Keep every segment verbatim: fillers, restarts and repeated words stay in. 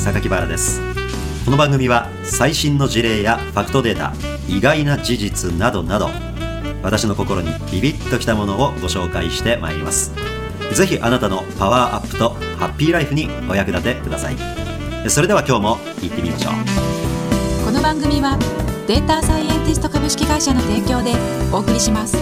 榊原です。この番組は最新の事例やファクトデータ、意外な事実などなど、私の心にビビッときたものをご紹介してまいります。ぜひあなたのパワーアップとハッピーライフにお役立てください。それでは今日も行ってみましょう。 この番組はデータサイエンティスト株式会社の提供でお送りします。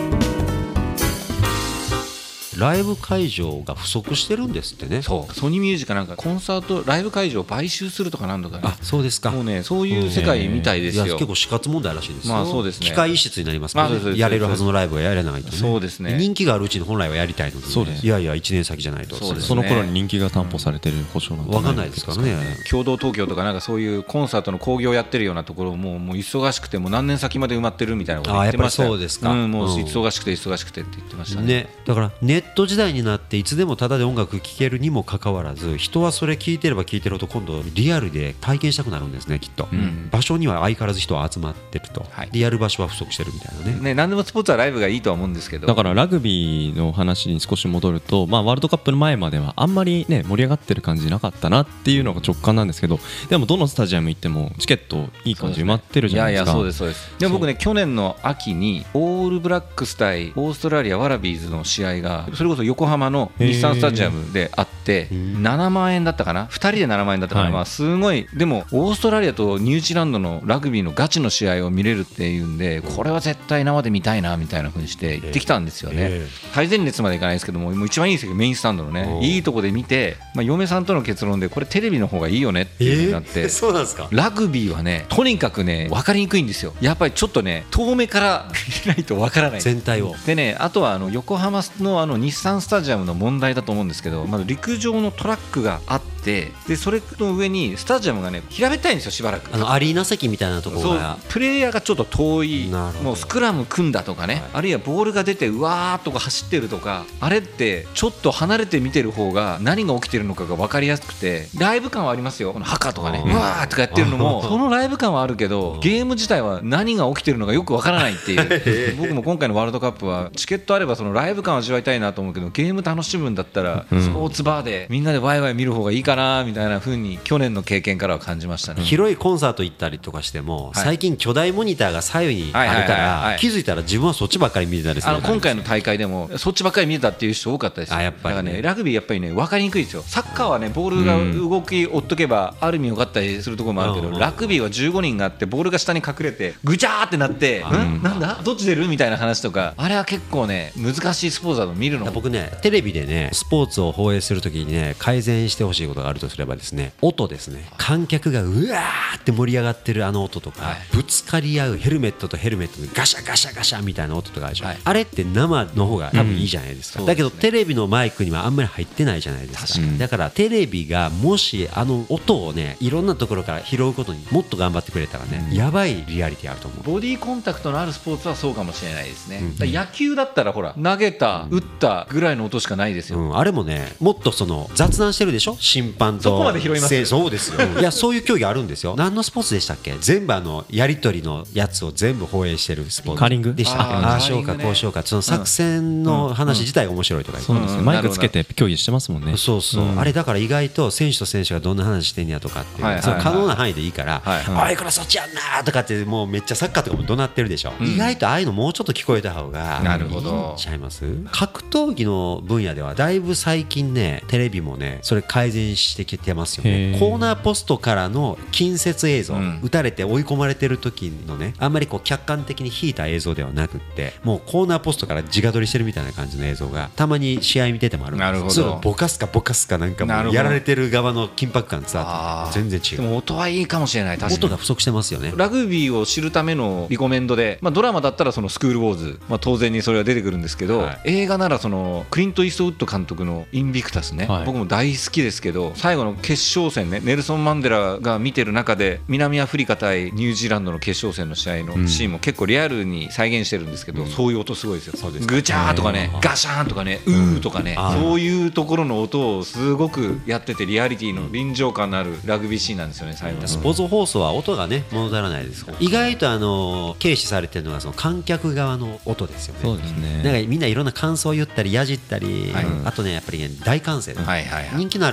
ライブ会場が不足してるんですってね。 そう、ソニーミュージカなんかコンサートライブ会場を買収するとかなんとかね。 あ、そうですか。 もうね、そういう世界みたいですよ。 いや結構死活問題らしいですよ。 まあそうですね。 機械異質になりますから、ね、 まあ、 やれるはずのライブはやれないとね。 そうですね。 人気があるうちに本来はやりたいので、ね、 そうです。 いやいやいちねん先じゃないと。 そうですね。 その頃に人気が担保されてる保証なんて分かんないですからね。 共同東京とかなんかそういうコンサートの興行やってるようなところももう忙しくてもう何年先まで埋まってるみたいなこと言ってましたよ。 あ、やっぱりそうですか。 うん、もう忙しくて忙しくてって言ってましたね。 ね、だからネット時代になっていつでもタダで音楽聴けるにもかかわらず、人はそれ聴いてれば聴いてると今度リアルで体験したくなるんですね、きっと、うん、場所には相変わらず人は集まってると、はい、でやる場所は不足してるみたいなね。 ね、何でもスポーツはライブがいいとは思うんですけど、 だからラグビーの話に少し戻ると、まあ、ワールドカップの前まではあんまり、ね、盛り上がってる感じなかったなっていうのが直感なんですけど、でもどのスタジアム行ってもチケットいい感じ埋まってるじゃないですか。 いやいや、そうですそうです。でも僕ね、去年の秋にオールブラックス対オーストラリアワラビーズの試合がそれこそ横浜の日産スタジアムであって、ななまんえんだったかな、ふたりでななまんえんだったかな、はい、まあ、すごい。でもオーストラリアとニュージーランドのラグビーのガチの試合を見れるっていうんで、これは絶対生で見たいなみたいな風にして行ってきたんですよね、えー、最前列まで行かないですけども、もう一番いい席メインスタンドのね、いいとこで見て、まあ、嫁さんとの結論でこれテレビの方がいいよねっていう風になって、 えー、そうなんですか。 ラグビーはね、とにかくね分かりにくいんですよ。やっぱりちょっとね遠目から見ないと分からない全体を。 でね、あとはあの横浜 の, あの日産スタジアムの問題だと思うんですけど、まず陸上のトラックがあって、でそれの上にスタジアムがね平べったいんですよ、しばらく。 あのアリーナ席みたいなところが、 プレイヤーがちょっと遠い、もうスクラム組んだとかね、はい、あるいはボールが出てうわーっとか走ってるとか、あれってちょっと離れて見てる方が何が起きてるのかが分かりやすくて、ライブ感はありますよ。このハカとかね、うわーとかやってるのもそのライブ感はあるけど、ゲーム自体は何が起きてるのかよく分からないっていう僕も今回のワールドカップはチケットあればそのライブ感を味わいたいなと思うけど、ゲーム楽しむんだったらスポーツバーでみんなでワイワイ見る方がいいかなみたいな風に去年の経験からは感じましたね。 広いコンサート行ったりとかしても、はい、最近巨大モニターが左右にあるから気づいたら自分はそっちばっかり見てたりする。 あの今回の大会でもそっちばっかり見てたっていう人多かったです。 あ、やっぱりね、 だからね、ラグビーやっぱりね分かりにくいですよ。サッカーはねボールが動き追っとけばある意味良かったりするところもあるけど、うん、ラグビーはじゅうごにんがあってボールが下に隠れてぐちゃーってなって、うん、なんだどっち出るみたいな話とか、あれは結構ね難しいスポーツだと見るの。 僕ねテレビでねスポーツを放映するときにね改善してほしいことがあるとすればですね、音ですね。観客がうわーって盛り上がってるあの音とか、はい、ぶつかり合うヘルメットとヘルメットでガシャガシャガシャみたいな音とかあるでしょ、はい、あれって生の方が多分いいじゃないですか、うん、だけどテレビのマイクにはあんまり入ってないじゃないですか。だからテレビがもしあの音をねいろんなところから拾うことにもっと頑張ってくれたらね、うん、やばいリアリティあると思う。 ボディコンタクトのあるスポーツはそうかもしれないですね、うん、だ野球だったらほら投げた、打ったぐらいの音しかないですよ、 うん、あれもねもっとその雑談してるでしょ、審判と。 そこまで拾いますよ。 そうですよいやそういう競技あるんですよ。何のスポーツでしたっけ、全部あのやり取りのやつを全部放映してるスポーツ。 カーリングでしたっけ。ああしようかこうしようか、その作戦の話自体が面白いとか言って、 そうですね、マイクつけて競技してますもんね。 そうそう、うん、あれだから意外と選手と選手がどんな話してんやとかっていう、はいはいはい、その可能な範囲でいいから、はいはい、おいこれそっちやんなとかってもうめっちゃサッカーとかも怒鳴ってるでしょ、うん、意外とああいうのもうちょっと聞こえた方がいいんちゃいます。格闘技の分野ではだいぶ最近ねテレビもねそれ改善してきてますよね。コーナーポストからの近接映像、うん、打たれて追い込まれてる時のねあんまりこう客観的に引いた映像ではなくってもうコーナーポストから直撮りしてるみたいな感じの映像がたまに試合見ててもあるんです。 なるほど。 それボカスかボカスかなんかもうやられてる側の緊迫感伝わって全然違う。 でも音はいいかもしれない。確かに音が不足してますよね。 ラグビーを知るためのリコメンドで、まあ、ドラマだったらそのスクールウォーズ、まあ、当然にそれは出てくるんですけど、はい、映画ならそのクリント・イーストウッド監督のインビクタスね、はい、僕も大好きですけど最後の決勝戦ね、ネルソン・マンデラが見てる中で南アフリカ対ニュージーランドの決勝戦の試合のシーンも結構リアルに再現してるんですけど、うん、そういう音すごいですよ。そうですグチャーとかね、ガシャーンとかね、うーとかね、うん、そういうところの音をすごくやっててリアリティの臨場感のあるラグビーシーンなんですよね。最後のスポーツ放送は音がね物足らないです。意外とあの軽視されてるのがその観客側の音ですよね。 そうですね。 なんかみんないろんな感想を言ったりやじったり、はい、あとねやっぱりね大歓声、はいはいはい、人気のあるアーティスト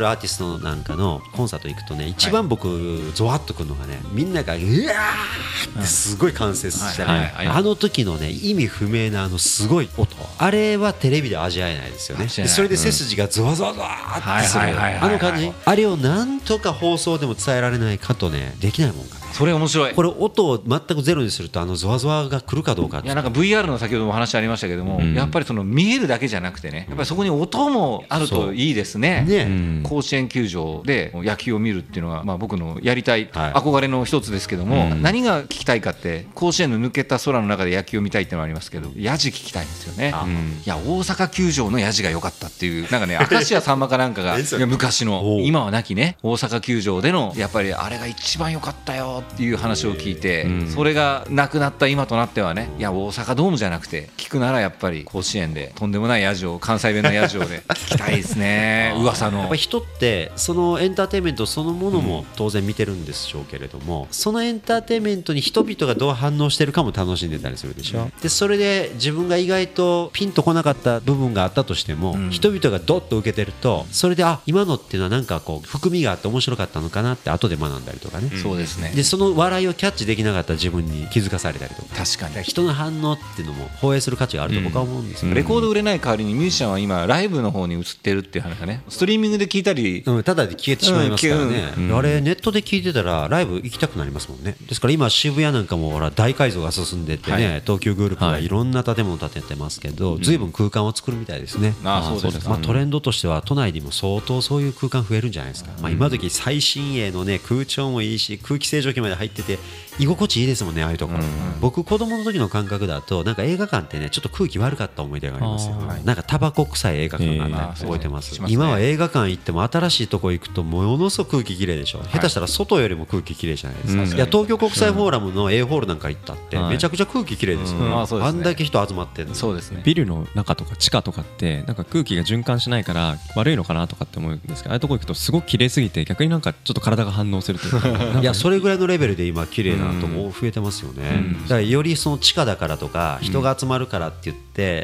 ストなんかのコンサート行くとね、一番僕ゾワッとくるのがね、みんながうわーってすごい歓声したね、あの時のね意味不明なあのすごい音、あれはテレビで味わえないですよね。それで背筋がゾワゾワゾワってするあの感じ、あれをなんとか放送でも伝えられないかとね、できないもんかね。 それ面白い。 これ音を全くゼロにするとあのゾワゾワが来るかどうか。 いやなんか ブイアール の先ほども話ありましたけども、うん、やっぱりその見えるだけじゃなくてね、やっぱりそこに音もあるといいですね。ね、うん、甲子園球場で野球を見るっていうのは、まあ、僕のやりたい憧れの一つですけども、はい、何が聞きたいかって甲子園の抜けた空の中で野球を見たいっていうのはありますけど、ヤジ聞きたいんですよね。うん、いや大阪球場のヤジが良かったっていう、なんかね明石家さんまかなんかが昔の今はなきね大阪球場でのやっぱりあれが一番良かったよっていう話を聞いて、うん、それがなくなった今となってはね、いや大阪ドームじゃなくて聞くならやっぱり甲子園でとんでもないヤジを、関西弁のヤジをね聞きたいですね。噂のやっぱり人ってそのエンターテインメントそのものも当然見てるんでしょうけれども、うん、そのエンターテインメントに人々がどう反応してるかも楽しんでたりするでしょ、うん、でそれで自分が意外とピンとこなかった部分があったとしても、うん、人々がドッと受けてると、それであ今のっていうのはなんかこう含みがあって面白かったのかなって後で学んだりとかね、 うん、そうですね。 でその笑いをキャッチできなかった自分に気づかされたりとか、 確かに人の反応っていうのも放映する価値があると僕は思うんですよ、 うん、レコード売れない代わりにミュージシャンは今ライブの方に移ってるっていう話がね、ストリーミングで聞いたり、 うん、ただで消えてしまいますからね、うんうん、あれネットで聞いてたらライブ行きたくなりますもんね。ですから今渋谷なんかもほら大改造が進んでてね、はい、東急グループがいろんな建物建ててますけど、随分空間を作るみたいですね、うん、ああそうですか。まあ、トレンドとしては都内にも相当そういう空間増えるんじゃないですか、まあ、今時最新鋭のね空調もいいし空気清浄機まで入ってて居心地いいですもんね、ああいうところ、うんうん、僕子供の時の感覚だとなんか映画館ってねちょっと空気悪かった思い出がありますよ、はい、なんかタバコ臭い映画館があって覚えてます、えー、今は映画館行っても新しいとこ行くとものすごく空気きれいでしょ、はい、下手したら外よりも空気きれいじゃないですか、うん、いや東京国際フォーラムの A ホールなんか行ったってめちゃくちゃ空気きれいですよ、うん、あ, あんだけ人集まってるの。 そうですね。ビルの中とか地下とかってなんか空気が循環しないから悪いのかなとかって思うんですけど、ああいうとこ行くとすごく綺麗すぎて逆になんかちょっと体が反応するというかいやそれぐらいのレベルで今綺麗なとこ増えてますよね、うん、だからよりその地下だからとか人が集まるからって言って、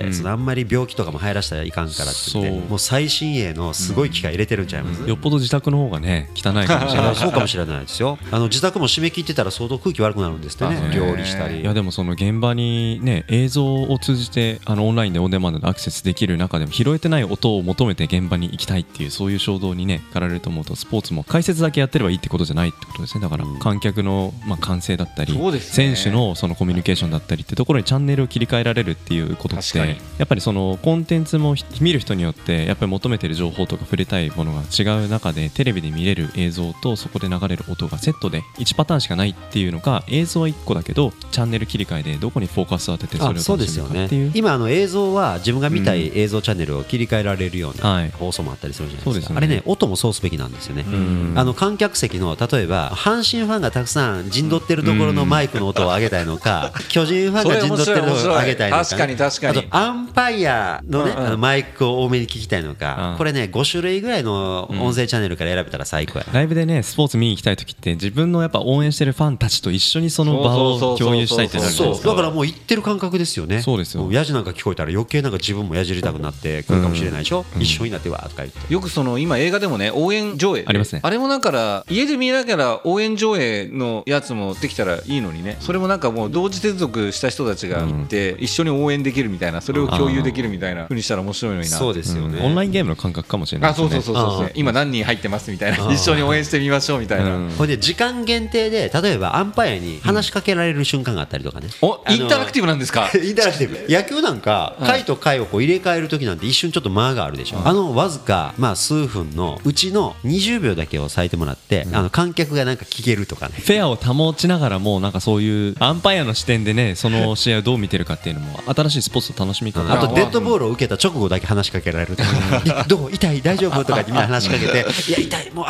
うん、そのあんまり病気とかも入らせたらいかんからって言って、うん、もう最新鋭のすごい機械入れてるんちゃいます、うん、 よっぽど自宅の方がね汚いかもしれないそうかもしれないですよ。あの自宅も締め切ってたら相当空気悪くなるんですってね、料理したり。 いやでもその現場にね映像を通じてあのオンラインでオンデマンドでアクセスできる中でも拾えてない音を求めて現場に行きたいっていうそういう衝動にね駆られると思うと、スポーツも解説だけやってればいいってことじゃないってことですね。だから観客のまあ歓声だったり、ね、選手のそのコミュニケーションだったりってところにチャンネルを切り替えられるっていうことってやっぱりそのコンテンツも見る人によってやっぱり求めてる情報とか触れたいものが違う中で、テレビで見れる映像とそこで流れる音がセットでいちパターンしかないっていうのか、映像はいっこだけどチャンネル切り替えでどこにフォーカスを当ててそれを楽しむかっていう。 今あの映像は自分が見たい映像チャンネルを切り替えられるような放送もあったりするじゃないですか、はい、あれね音もそうすべきなんですよね。あの観客席の例えば阪神ファンがたくさん陣取ってるところのマイクの音を上げたいのか、巨人ファンが陣取ってるところを上げたいのか、 確かに確かに、 あとアンパイアのね、うんうん、あのマイクを多めに聞きたいのか、うん、これねご種類ぐらいの音声チャンネルから選べたら最高や、 うん、ライブでねスポーツ見に行きたい時って自分のやっぱ応援してるファンたちと一緒にその場を共有したいってなるんですよ。 そうだからもう行ってる感覚ですよね。 そうですよ。 ヤジなんか聞こえたら余計なんか自分もやじりたくなってくるかもしれないでしょ、うん、一緒になってわーとか言って。 よくその今映画でもね応援上映ありますね。 あれもだから家で見ながら応援上映のやつもできたらいいのにね、それもなんかもう同時接続した人たちが行って一緒に応援できるみたいな、それを共有できるみたいな風にしたら面白いのにな。 そうですよね、 うん、オンラインゲームの感覚かもしれないですね。 あ、そうそうそうそう、今何人入ってますみたいな、一緒に応援してみましょうみたいな、うん、 これで時間限定で例えばアンパイアに話しかけられる瞬間があったりとかね、 うん、おインタラクティブなんですかインタラクティブ野球なんか回と回をこう入れ替える時なんて一瞬ちょっと間があるでしょ、うん、あのわずかまあ数分のうちのにじゅうびょうだけを割いてもらって、うん、あの観客がなんか聞けるとかね、 フェアを保ちながらもなんかそういうアンパイアの視点でねその試合をどう見てるかっていうのも新しいスポーツの楽しみ方、 うん、あとデッドボールを受けた直後だけ話しかけられるとかどう痛い大丈夫とかってみんな話しかけていや痛いもうあかん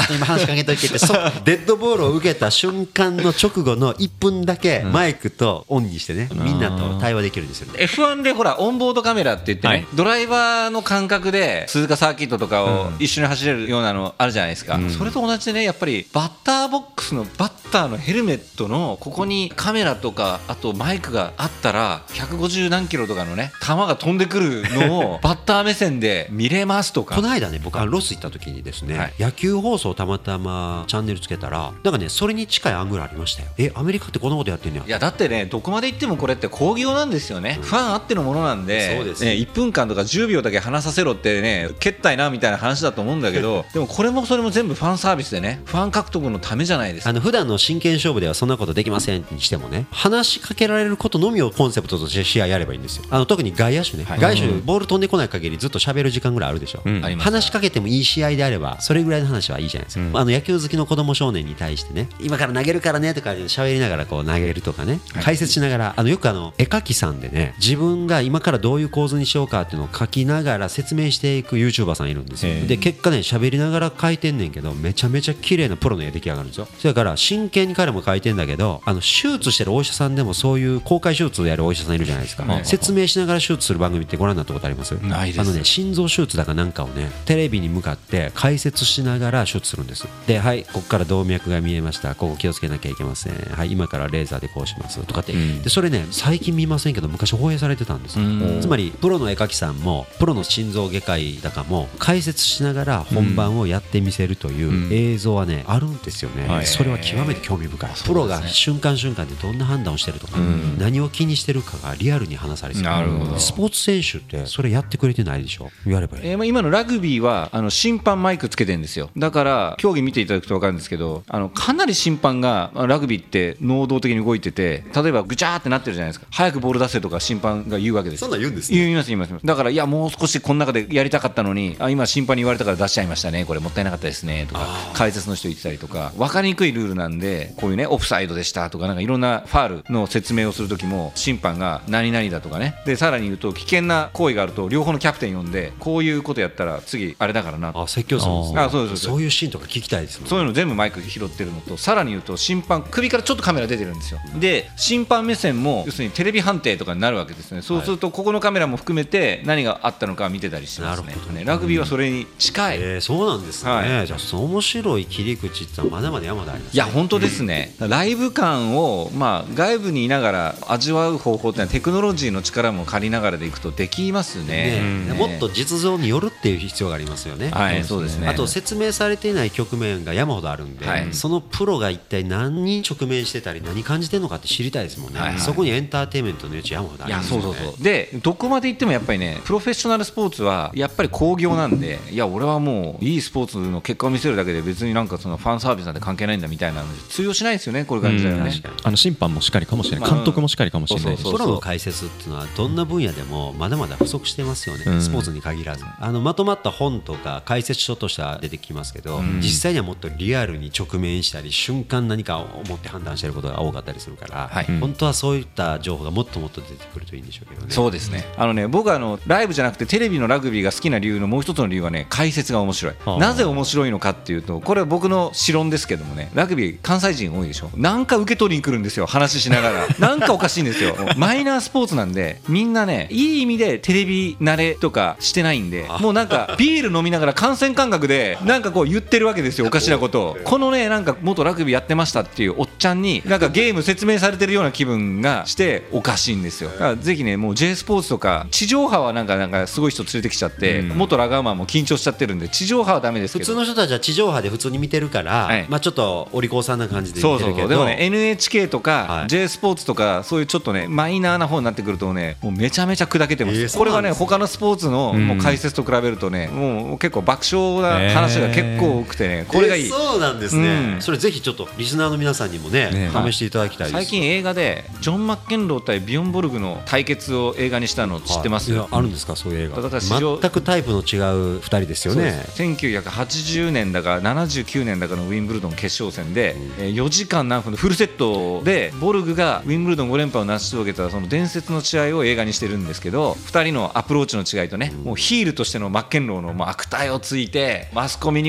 と今話しかけといてってデッドボールを受けた瞬間の直後のいっぷんだけマイクとオンにしてね、みんなと対話できるんですよね。 エフワン でほらオンボードカメラって言ってね、はい、ドライバーの感覚で鈴鹿サーキットとかを一緒に走れるようなのあるじゃないですか、うん、それと同じでね、やっぱりバッターボックスのバッターのヘルメットのここにカメラとかあとマイクがあったらひゃくごじゅうなんキロとかのね球が飛んでくるのをバッター目線で見れますとか。 この間ね、僕あのロス行った時にですね、はい、野球放送たまたまチャンネルつけたらなんかね、それに近いアングルありましたよ。え、アメリカってこんなことやってんのや。 いやだってね、どこまで行ってもこれって興行なんですよね、うん、ファンあってのものなんで、 そうです、 ね、いっぷんかんとかじゅうびょうだけ話させろってね、けったいなみたいな話だと思うんだけどでもこれもそれも全部ファンサービスでね、ファン獲得のためじゃないですか。 あの普段の真剣勝負ではそんなことできませんにしてもね、話しかけられることのみをコンセプトとして試合やればいいんですよ。あの特に外野手ね、はい、外野手ボール飛んでこない限りずっと喋る時間ぐらいあるでしょ、うん、話しかけてもいい試合であればそれぐらいの話はいいじゃないですか、うん、あの野球好きの子供少年に対してね、今から投げるからねとか喋りながらこう投げるとかね、はい、解説しながら、あのよくあの絵描きさんでね、自分が今からどういう構図にしようかっていうのを描きながら説明していく YouTuber さんいるんですよ。で結果ね、喋りながら描いてんねんけどめちゃめちゃ綺麗なプロの絵出来上がるんですよ。それから真剣に彼も描いてんだけど、あの手術してるお医者さんでもそういう公開手術をやるお医者さんいるじゃないですか、はい、説明しながら手術する番組ってご覧になったことあります？ ないです。 あのね、心臓手術だかなんかをねテレビに向かって解説しながら手術するんです。で、はい、ここから動脈が見えました、ここ気をつけなきゃいけません、はい、今からレーザーでこうしますとかって、うん、でそれね最近見ませんけど昔放映されてたんです。つまりプロの絵描きさんもプロの心臓外科医だかも解説しながら本番をやってみせるという映像はね、うん、あるんですよね、はい、それは極めて興味深い。プロが瞬間瞬間でどんな判断をしてるとか、うん、何を気にしてるかがリアルに話されてる。なるほど。スポーツ選手ってそれやってくれてないでしょ。やればいい、 えー、今のラグビーはあの審判マイクつけてるんですよ。だから競技見ていただくと分かるんですけど、あのかなり審判がラグビーって能動的に動いてて、例えばぐちゃーってなってるじゃないですか、早くボール出せとか審判が言うわけですよ。 そんなん言うんですね。 言います言います。だからいやもう少しこの中でやりたかったのに、あ今審判に言われたから出しちゃいましたね、これもったいなかったですねとか解説の人言ってたりとか、分かりにくいルールなんで、こういうねオフサイドでしたとかなんかいろんなファールの説明をするときも審判が何々だとかね、でさらに言うと危険な行為があると両方のキャプテン呼んで、こういうことやったら次あれだからな、 あ説教するんですね。 あそうです。 そういうシーンとか聞きたいですもんね。 そういうの全部マイク拾ってるのと、さらに言うと審判首からちょっとカメラ出てるんですよ。で審判目線も要するにテレビ判定とかになるわけですね。そうするとここのカメラも含めて何があったのか見てたりしますね。ねラグビーはそれに近い、 えー、そうなんですね、はい、じゃあその面白い切り口ってのはまだまだ山でありますね。 いや本当ですね、うん、ライブ感を、まあ、外部にいながら味わう方法ってのはテクノロジーの力も借りながらでいくとできますね。ね、 うん、もっと実像によるっていう必要がありますよね。 はい、そうですね。 あと説明されていない局面が山ほどあるんで、はい、そのプロが一体何に直面してたり何感じてるのかって知りたいですもんね、はいはい、そこにエンターテインメントの余地山ほどありますよね。いやそうそうそう。でどこまで行ってもやっぱりねプロフェッショナルスポーツはやっぱり興行なんで、いや俺はもういいスポーツの結果を見せるだけで別になんかそのファンサービスなんて関係ないんだみたいなので通用しないですよね、これから時代はね。 あの審判もしっかりかもしれない、監督もしっかりかもしれない。 プロの解説っていうのはどんな分野でもまだまだ不足してますよね、うん、スポーツに限らず。あのまとまった本とか解説書としては出てきますけど、うん、実際にはもっとリアルに直面したり瞬間何かを思って判断していることが多かったりするから、はい、本当はそういった情報がもっともっと出てくるといいんでしょうけどね。 そうですね。あのね僕はあのライブじゃなくてテレビのラグビーが好きな理由のもう一つの理由はね、解説が面白い。なぜ面白いのかっていうと、これは僕の持論ですけどもね、ラグビー関西人多いでしょ。なんか受け取りに来るんですよ、話しながらなんかおかしいんですよマイナースポーツなんでみんなねいい意味でテレビ慣れとかしてないんで、もうなんかビール飲みながら観戦感覚でなんかこう言ってるわけですよ、おかしなことを。このねなんか元ラグビーやってましたっていうおっちゃんになんかゲーム説明されてるような気分がしておかしいんですよ。だからぜひねもう J スポーツとか地上波はなんかなんかすごい人連れてきちゃって、うん、元ラガーマンも緊張しちゃってるんで地上波はダメですけど、 普通の人たちは地上波で普通に見てるから、はい、まあちょっとお利口さんな感じで見てるけど、そうそうそう。 でもね エヌエイチケー とか、はい、J スポーツとかそういうちょっとねマイナーな方になってくるとねもうめちゃめちゃ砕けてます、えー、これはね他のスポーツのもう解説と比べるとね、うん、もう結構爆笑な話が結構多くてね、これがいい、 えー、そうなんですね、うん、それぜひちょっとリスナーの皆さんにもね、ね試していただきたいです。 最近映画でジョン・マッケンロー対ビヨンボルグの対決を映画にしたの知ってます？ はい、あるんですかそういう映画。だから全くタイプの違うふたりですよね。 せんきゅうひゃくはちじゅうねんだかななじゅうきゅうねんだかのウィンブルドン決勝戦で、うん、よじかん何分のフルセットでボルグがウィンブルドンご連覇を成し遂げたその伝説の試合を映画にしてるんですけど、ふたりのアプローチの違いとね、うん、もうヒールとしてのマッケンローのもう悪態をついてマスコミにもね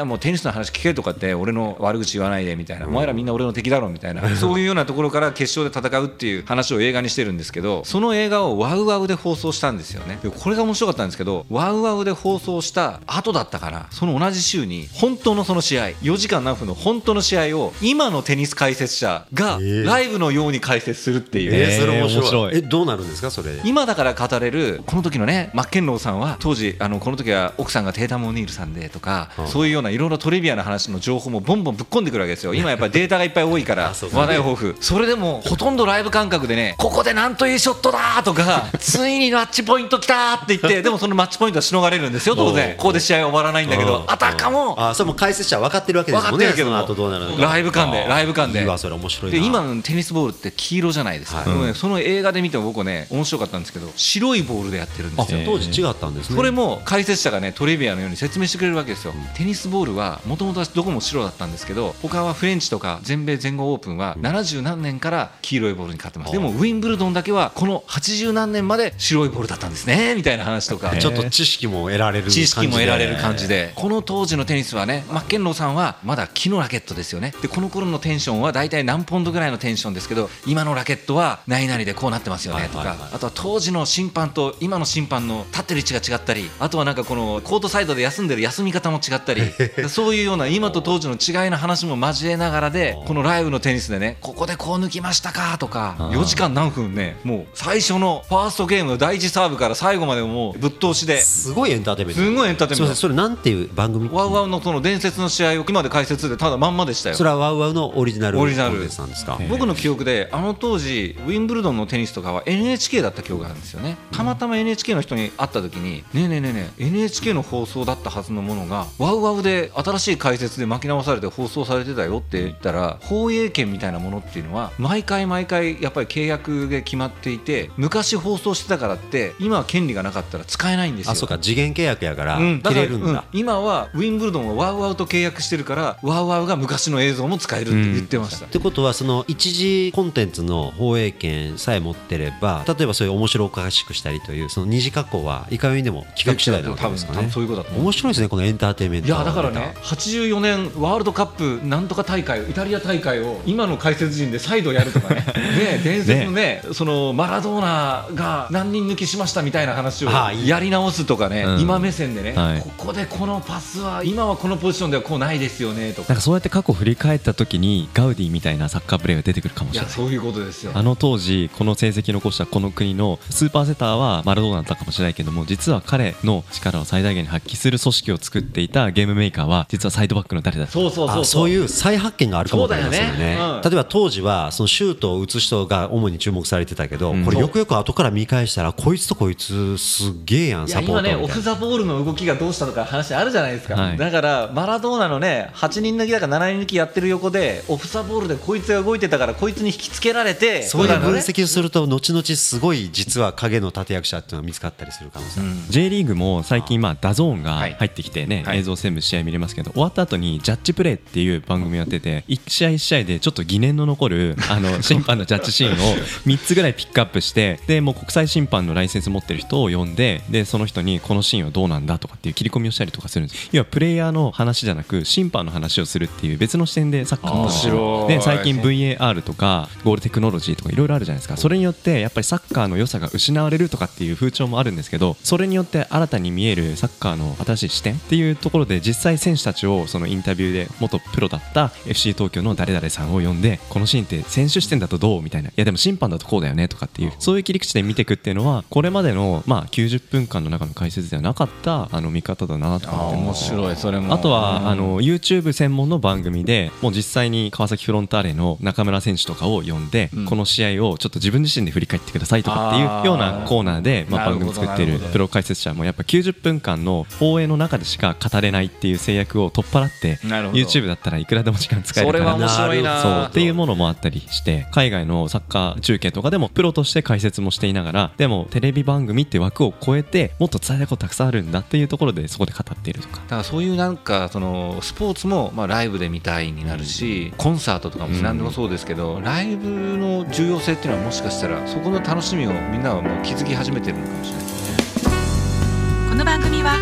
もうテニスの話聞けとかって俺の悪口言わないでみたいな、お前らみんな俺の敵だろみたいな、そういうようなところから決勝で戦うっていう話を映画にしてるんですけど、その映画をワウワウで放送したんですよね。でこれが面白かったんですけど、ワウワウで放送した後だったかな、その同じ週に本当のその試合よじかん何分の本当の試合を今のテニス解説者がライブのように解説するっていう、 えー、それ面白い。えどうなるんですかそれ。 今だから語れるこの時のねマッケンローさんは当時あのこの時は奥さんがテータム・オニールさんでとか、うん、そういうようないろいろトリビアな話の情報もボンボンぶっ込んでくるわけですよ。今やっぱりデータがいっぱい多いから話題豊富。それでもほとんどライブ感覚でね、ここでなんというショットだとかついにマッチポイントきたって言ってでもそのマッチポイントはしのがれるんですよ当然。ここで試合は終わらないんだけど、あたかもあそれも解説者は分かってるわけですもんね。 分かってるけどもその後どうなるのかライブ感でライブ感でいいわ、それ面白いな。 で今のテニスボールって黄色じゃないですか、はい、でもね、その映画で見ても僕ね面白かったんですけど、白いボールでやってるんですよ。 当時違ったんですね。 それも解説者がねトリビアのように説明してくれるわけですよ、うん、テニスボールはもともとどこも白だったんですけど、他はフレンチとか全米全豪オープンはななじゅうなんねんから黄色いボールに変わってます、うん、でもウィンブルドンだけはこのはちじゅうなんねんまで白いボールだったんですねみたいな話とか、 ちょっと知識も得られる感じで、 知識も得られる感じで、この当時のテニスはね、マッケンローさんはまだ木のラケットですよね。でこの頃のテンションはだいたい何ポンドぐらいのテンションですけど、今のラケットは何々でこうなってますよねとか、あとは当時の審判と今の審判の立ってる位置が違ったり、あとはなんかこのコートサイドで休んでる休み方も違ったりそういうような今と当時の違いの話も交えながらで、このライブのテニスでね、ここでこう抜きましたかとか、よじかん何分ね、もう最初のファーストゲームの第一サーブから最後までもうぶっ通しで、 すごいエンターテインメント。 すごいエンターテインメント。 それなんていう番組？ ワウワウのその伝説の試合を今で解説でただまんまでしたよ。 それはワウワウのオリジナルオリジナルなんですか？ 僕の記憶であの当時ウィンブルドンのテニスとかは エヌエイチケー だった記憶があるんですよね。たまたま エヌエイチケー の人に会った時に、ねえねえねえねえ エヌエイチケー の放送だったはずのものがワウワウで新しい解説で巻き直されて放送されてたよって言ったら、放映権みたいなものっていうのは毎回毎回やっぱり契約で決まっていて、昔放送してたからって今は権利がなかったら使えないんですよ。 あ、そうか、次元契約やから切れるんだ、うん、だから、うん、今はウィンブルドンはワウワウと契約してるからワウワウが昔の映像も使えるって言ってました、うん、 ってことはその一次コンテンツの放映権さえ持ってれば、例えばそういう面白おかしくしたりというその二次加工はいかにでも企画次第なわけですかね。 多分そういうことだと思う。 面白いですねこのエンターテインメント。 いやだからね、はちじゅうよねんワールドカップなんとか大会、イタリア大会を今の解説陣で再度やるとかねね、伝説の ね, ねそのマラドーナが何人抜きしましたみたいな話をやり直すとかね、うん、今目線でね、はい、ここでこのパスは今はこのポジションではこうないですよねとか、 なんかそうやって過去振り返った時にガウディみたいなサッカープレーが出てくるかもしれない。 いやそういうことですよ。 あの当時この成績残したこの国のスーパーセターはマラドーナだったかもしれないけども、実は彼の力を最大限に発揮する組織を作っていたゲームメーカーは実はサイドバックの誰だった。 そうそうそうそう、 そういう再発見があるかもしれないですよね。 そうだよね、うん、 例えば当時はそのシュートを打つ人が主に注目されてたけど、うん、これよくよく後から見返したらこいつとこいつすっげえやんサポートみたいな。 今ねオフザボールの動きがどうしたとか話あるじゃないですか、はい、だからマラドーナのねはちにん抜きだかななにん抜きやってる横でオフザボールでこいつが動いてたからこいつに引きつけられて、 そういう分析をすると後々すごい実は影の立役者っていうのが見つかったりする可能性、うん、 J リーグも最近まあダゾーンが入ってきてね、はい、映像全部試合見れますけど、終わった後にジャッジプレーっていう番組をやってて、いち試合いち試合でちょっと疑念の残るあの審判のジャッジシーンをみっつぐらいピックアップして、でもう国際審判のライセンス持ってる人を呼んで、でその人にこのシーンはどうなんだとかっていう切り込みをしたりとかするんです。要はプレイヤーの話じゃなく審判の話をするっていう別の視点でサッカーの話をで、最近 ブイエーアール とかゴールテクノロジーとかいろいろあるじゃないですか。それによってやっぱりサッカーの良さが失われるとかっていう風潮もあるんですけど、それによって新たに見えるサッカーの新しい視点っていうところで、実際選手たちをそのインタビューで元プロだった エフシー 東京の誰々さんを呼んで、このシーンって選手視点だとどうみたいな、いやでも審判だとこうだよねとかっていう、そういう切り口で見ていくっていうのはこれまでのまあきゅうじゅっぷんかんの中の解説ではなかったあの見方だなと思ってます。 面白い。それもあとはあの YouTube 専門の番組でもう実際に川崎フロンターレの中村選手とかを呼んで、うん、この試合をちょっと自分自身で振り返ってくださいとかっていうようなコーナーでまあ番組作っているプロ解説者もやっぱきゅうじゅっぷんかんの放映の中でしか語れないっていう制約を取っ払って YouTube だったらいくらでも時間使えるから、 それは面白いなそうっていうものもあったりして、海外のサッカー中継とかでもプロとして解説もしていながら、でもテレビ番組って枠を超えてもっと伝えたいことたくさんあるんだっていうところでそこで語っているとか、 だからそういうなんかそのスポーツもまあライブで見たいになるし、コンサートとかも何でもそうですけど、うん、ライブの重要性っていうのはもしかしたらそこの楽しみをみんなはもう気づき始めてるのかもしれないですね。 この番組は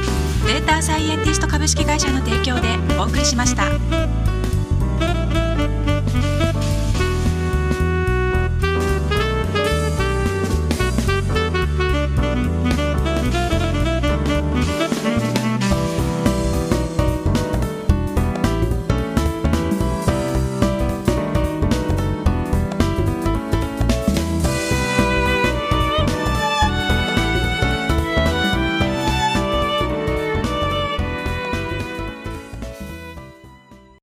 データサイエンティスト株式会社の提供でお送りしました。